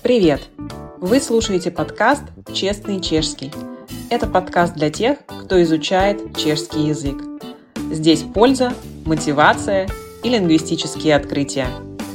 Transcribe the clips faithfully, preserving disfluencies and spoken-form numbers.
Привет! Вы слушаете подкаст «Честный чешский». Это подкаст для тех, кто изучает чешский язык. Здесь польза, мотивация и лингвистические открытия.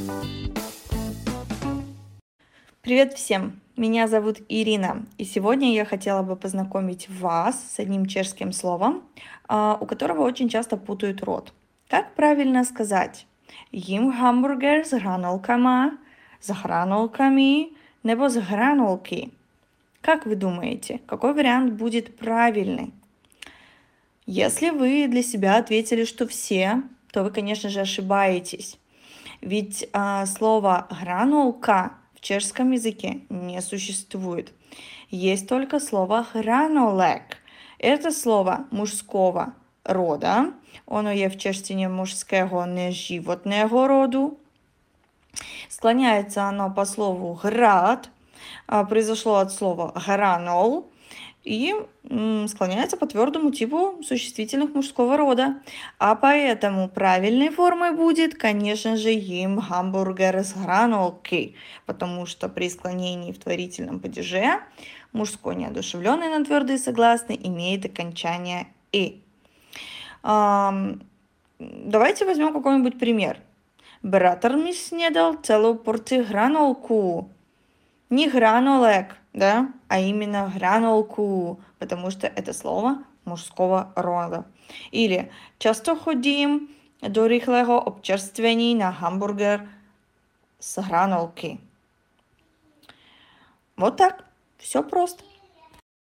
Привет всем! Меня зовут Ирина, и сегодня я хотела бы познакомить вас с одним чешским словом, у которого очень часто путают род. Как правильно сказать? Jím hamburger s hranolkama, с hranolkami, nebo с hranolky? Как вы думаете, какой вариант будет правильный? Если вы для себя ответили, что все, то вы, конечно же, ошибаетесь. Ведь а, слово гранолка в чешском языке не существует. Есть только слово гранолек. Это слово мужского рода. Оно є в чештині мужского неживотного роду. Склоняется оно по слову град. Произошло от слова гранол. И склоняется по твердому типу существительных мужского рода. А поэтому правильной формой будет, конечно же, jím hamburger с hranolky, потому что при склонении в творительном падеже мужской неодушевленный на твердые согласные имеет окончание «и». Давайте возьмем какой-нибудь пример. Братер ми снедал целую порцию гранолку. Не гранолек, да, а именно гранолку, потому что это слово мужского рода. Или часто ходим до рыхлого обчерствения на гамбургер с гранолки. Вот так, все просто.